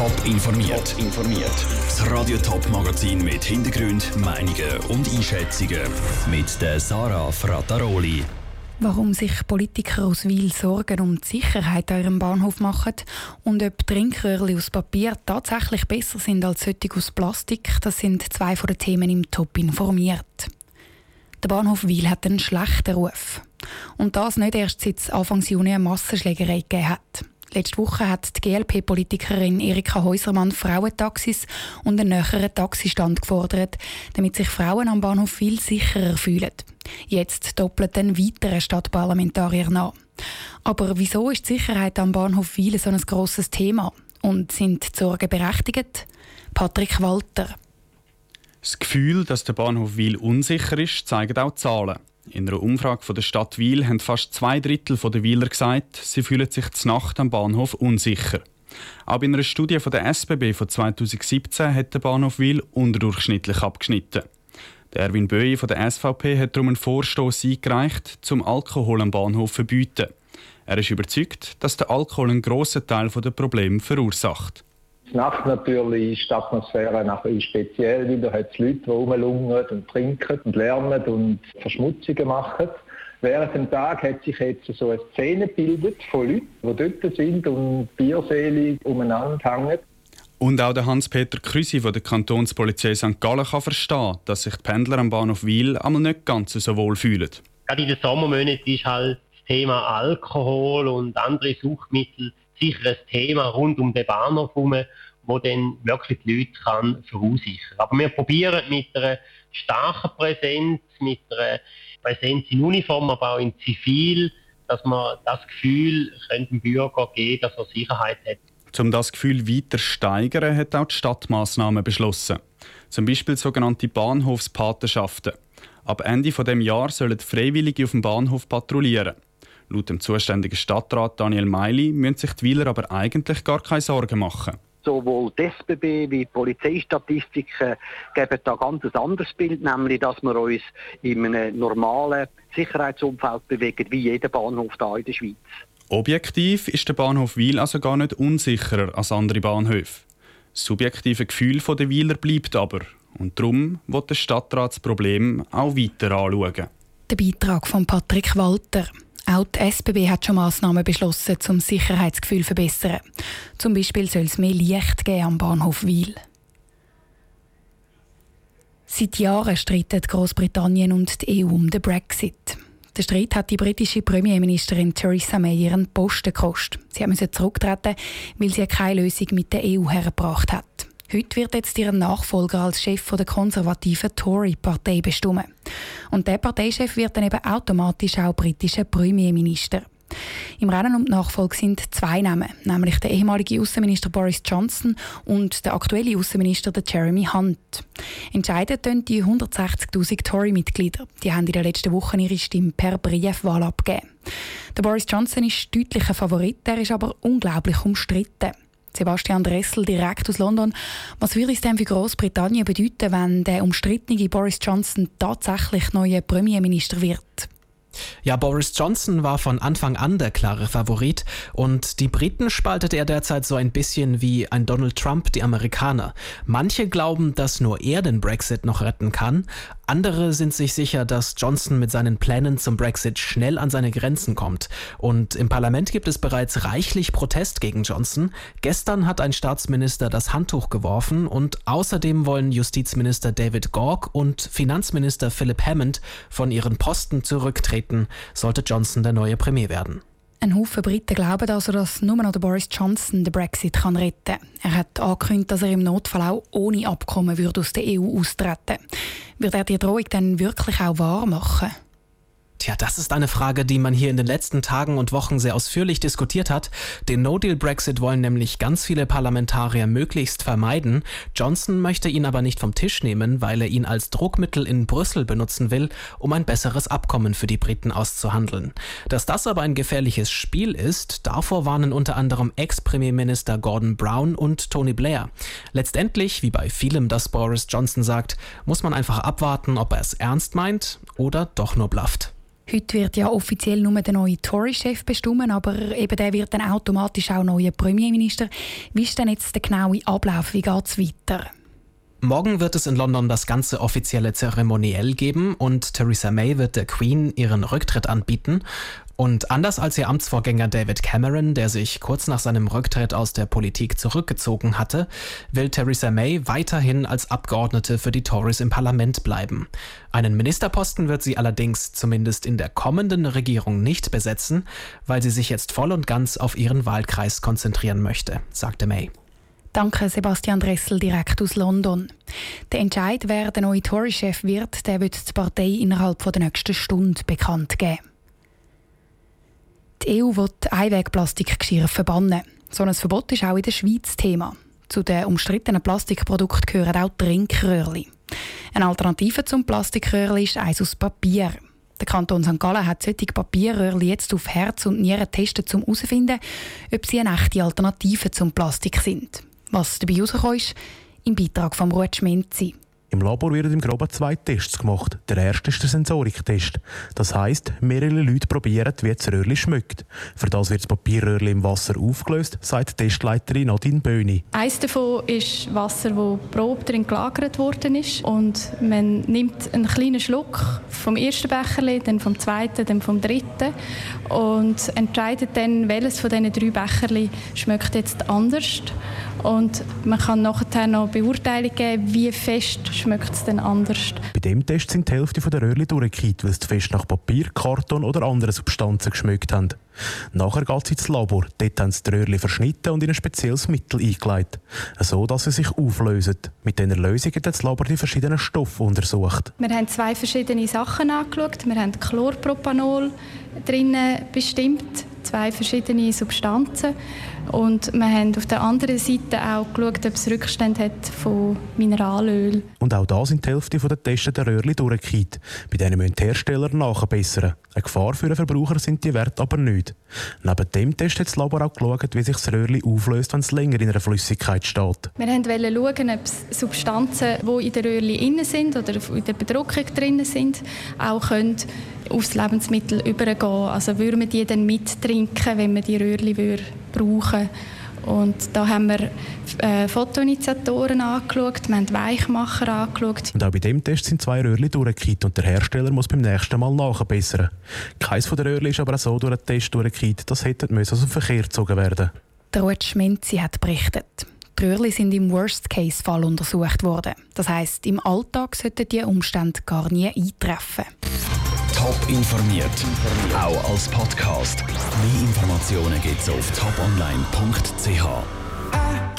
Top informiert. Das Radio Top Magazin mit Hintergrund, Meinungen und Einschätzungen mit der Sarah Frataroli. Warum sich Politiker aus Wil Sorgen um die Sicherheit an ihrem Bahnhof machen und ob Trinkröhrchen aus Papier tatsächlich besser sind als solche aus Plastik, das sind zwei von den Themen im Top informiert. Der Bahnhof Wil hat einen schlechten Ruf. Und das nicht erst seit es Anfang Juni eine Massenschlägerei gegeben hat. Letzte Woche hat die GLP-Politikerin Erika Häusermann Frauentaxis und einen näheren Taxistand gefordert, damit sich Frauen am Bahnhof viel sicherer fühlen. Jetzt doppelt ein weiterer Stadtparlamentarier nach. Aber wieso ist die Sicherheit am Bahnhof Wil so ein grosses Thema? Und sind die Sorgen berechtigt? Patrick Walter. Das Gefühl, dass der Bahnhof Wil unsicher ist, zeigen auch die Zahlen. In einer Umfrage von der Stadt Wil haben fast 2/3 der Wiler gesagt, sie fühlen sich zur Nacht am Bahnhof unsicher. Auch in einer Studie von der SBB von 2017 hat der Bahnhof Wil unterdurchschnittlich abgeschnitten. Der Erwin Böi von der SVP hat darum einen Vorstoss eingereicht, zum Alkohol am Bahnhof zu verbieten. Er ist überzeugt, dass der Alkohol einen grossen Teil der Probleme verursacht. Nachts natürlich ist die Atmosphäre nachher speziell, weil da hat es Leute, die rumlungern und trinken und lärmen und Verschmutzungen machen. Während dem Tag hat sich jetzt so eine Szene gebildet von Leuten, die dort sind und bierselig umeinander hängen. Und auch der Hans-Peter Krüsi von der Kantonspolizei St. Gallen kann verstehen, dass sich die Pendler am Bahnhof Wil einmal nicht ganz so wohl fühlen. Gerade in den Sommermonaten ist halt das Thema Alkohol und andere Suchtmittel sicher ein Thema rund um den Bahnhof herum, wo dann wirklich die Leute kann verunsichern. Aber wir probieren mit einer starken Präsenz, mit einer Präsenz in Uniform, aber auch in Zivil, dass man das Gefühl dem Bürger geben, dass er Sicherheit hat. Um das Gefühl weiter zu steigern, hat auch die Stadt Massnahmen beschlossen. Zum Beispiel sogenannte Bahnhofspatenschaften. Ab Ende dieses Jahres sollen Freiwillige auf dem Bahnhof patrouillieren. Laut dem zuständigen Stadtrat Daniel Meili müssen sich die Wiler aber eigentlich gar keine Sorgen machen. Sowohl die SBB wie die Polizeistatistiken geben da ganz ein anderes Bild, nämlich dass wir uns in einem normalen Sicherheitsumfeld bewegen, wie jeder Bahnhof hier in der Schweiz. Objektiv ist der Bahnhof Wil also gar nicht unsicherer als andere Bahnhöfe. Das subjektive Gefühl der Wiler bleibt aber. Und darum will der Stadtrat das Problem auch weiter anschauen. Der Beitrag von Patrick Walter. Auch die SBB hat schon Massnahmen beschlossen, um das Sicherheitsgefühl zu verbessern. Zum Beispiel soll es mehr Licht geben am Bahnhof Wil. Seit Jahren streiten Großbritannien und die EU um den Brexit. Der Streit hat die britische Premierministerin Theresa May ihren Posten gekostet. Sie musste zurücktreten, weil sie keine Lösung mit der EU hergebracht hat. Heute wird jetzt ihr Nachfolger als Chef der konservativen Tory-Partei bestimmt. Und der Parteichef wird dann eben automatisch auch britischer Premierminister. Im Rennen um die Nachfolge sind zwei Namen, nämlich der ehemalige Außenminister Boris Johnson und der aktuelle Außenminister Jeremy Hunt. Entscheiden tun die 160'000 Tory-Mitglieder. Die haben in den letzten Wochen ihre Stimme per Briefwahl abgegeben. Der Boris Johnson ist deutlicher Favorit, er ist aber unglaublich umstritten. Sebastian Dressel, direkt aus London. Was würde es denn für Großbritannien bedeuten, wenn der umstrittene Boris Johnson tatsächlich neuer Premierminister wird? Ja, Boris Johnson war von Anfang an der klare Favorit und die Briten spaltet er derzeit so ein bisschen wie ein Donald Trump die Amerikaner. Manche glauben, dass nur er den Brexit noch retten kann. Andere sind sich sicher, dass Johnson mit seinen Plänen zum Brexit schnell an seine Grenzen kommt. Und im Parlament gibt es bereits reichlich Protest gegen Johnson. Gestern hat ein Staatsminister das Handtuch geworfen und außerdem wollen Justizminister David Gauke und Finanzminister Philip Hammond von ihren Posten zurücktreten, sollte Johnson der neue Premier werden. Ein Haufen Briten glauben also, dass nur noch Boris Johnson den Brexit retten kann. Er hat angekündigt, dass er im Notfall auch ohne Abkommen aus der EU austreten würde. Wird er die Drohung dann wirklich auch wahr machen? Tja, das ist eine Frage, die man hier in den letzten Tagen und Wochen sehr ausführlich diskutiert hat. Den No-Deal-Brexit wollen nämlich ganz viele Parlamentarier möglichst vermeiden. Johnson möchte ihn aber nicht vom Tisch nehmen, weil er ihn als Druckmittel in Brüssel benutzen will, um ein besseres Abkommen für die Briten auszuhandeln. Dass das aber ein gefährliches Spiel ist, davor warnen unter anderem Ex-Premierminister Gordon Brown und Tony Blair. Letztendlich, wie bei vielem, das Boris Johnson sagt, muss man einfach abwarten, ob er es ernst meint oder doch nur blufft. Heute wird ja offiziell nur der neue Tory-Chef bestimmt, aber eben der wird dann automatisch auch neuer Premierminister. Wie ist denn jetzt der genaue Ablauf? Wie geht es weiter? Morgen wird es in London das ganze offizielle Zeremoniell geben und Theresa May wird der Queen ihren Rücktritt anbieten. Und anders als ihr Amtsvorgänger David Cameron, der sich kurz nach seinem Rücktritt aus der Politik zurückgezogen hatte, will Theresa May weiterhin als Abgeordnete für die Tories im Parlament bleiben. Einen Ministerposten wird sie allerdings zumindest in der kommenden Regierung nicht besetzen, weil sie sich jetzt voll und ganz auf ihren Wahlkreis konzentrieren möchte, sagte May. Danke, Sebastian Dressel, direkt aus London. Der Entscheid, wer der neue Tory-Chef wird, der wird die Partei innerhalb der nächsten Stunde bekannt geben. Die EU will Einwegplastikgeschirr verbannen. So ein Verbot ist auch in der Schweiz Thema. Zu den umstrittenen Plastikprodukten gehören auch Trinkröhrchen. Eine Alternative zum Plastikröhrchen ist eins aus Papier. Der Kanton St. Gallen hat solche Papierröhrchen jetzt auf Herz und Nieren getestet, um herauszufinden, ob sie eine echte Alternative zum Plastik sind. Was dabei herausgekommen ist, im Beitrag von Ruud Schmenzi. Im Labor werden im Groben 2 Tests gemacht. Der erste ist der Sensoriktest. Das heisst, mehrere Leute probieren, wie das Röhrchen schmeckt. Für das wird das Papierröhrchen im Wasser aufgelöst, sagt die Testleiterin Nadine Böhni. Eines davon ist Wasser, das probe drin gelagert worden ist. Und man nimmt einen kleinen Schluck vom ersten Becherli, dann vom zweiten, dann vom dritten und entscheidet dann, welches von diesen 3 Becherli schmeckt jetzt anders. Und man kann nachher noch Beurteilung geben, wie fest schmeckt es denn anders. Bei diesem Test sind die Hälfte der Röhrchen durchgekippt, weil sie fest nach Papier, Karton oder anderen Substanzen geschmeckt haben. Nachher geht es ins Labor. Dort haben sie die Röhrchen verschnitten und in ein spezielles Mittel eingelegt, so dass sie sich auflösen. Mit dieser Lösung hat das Labor die verschiedenen Stoffe untersucht. Wir haben 2 verschiedene Sachen angeschaut. Wir haben Chlorpropanol drinnen bestimmt, 2 verschiedene Substanzen. Und wir haben auf der anderen Seite auch geschaut, ob es Rückstände hat von Mineralöl. Und auch da sind die Hälfte der getesteten Röhrchen durchgekippt. Bei denen müssen die Hersteller nachbessern. Eine Gefahr für den Verbraucher sind die Werte aber nicht. Neben dem Test hat das Labor auch geschaut, wie sich das Röhrchen auflöst, wenn es länger in einer Flüssigkeit steht. Wir wollten schauen, ob Substanzen, die in den Röhrchen drin sind oder in der Bedruckung drin sind, auch können aufs Lebensmittel übergehen. Also würden wir die dann mittrinken, wenn wir die Röhrchen brauchen. Und da haben wir Photoinitiatoren angeschaut, wir haben Weichmacher angeschaut. Und auch bei diesem Test sind 2 Röhrchen durchgekippt und der Hersteller muss beim nächsten Mal nachbessern. Keines von den Röhrchen ist aber auch so durch den Test durchgekippt, das hätte aus dem Verkehr gezogen werden. Der Ruud Schmenzi hat berichtet. Die Röhrchen sind im Worst-Case-Fall untersucht worden. Das heisst, im Alltag sollten diese Umstände gar nie eintreffen. Top informiert, auch als Podcast. Mehr Informationen gibt's auf toponline.ch.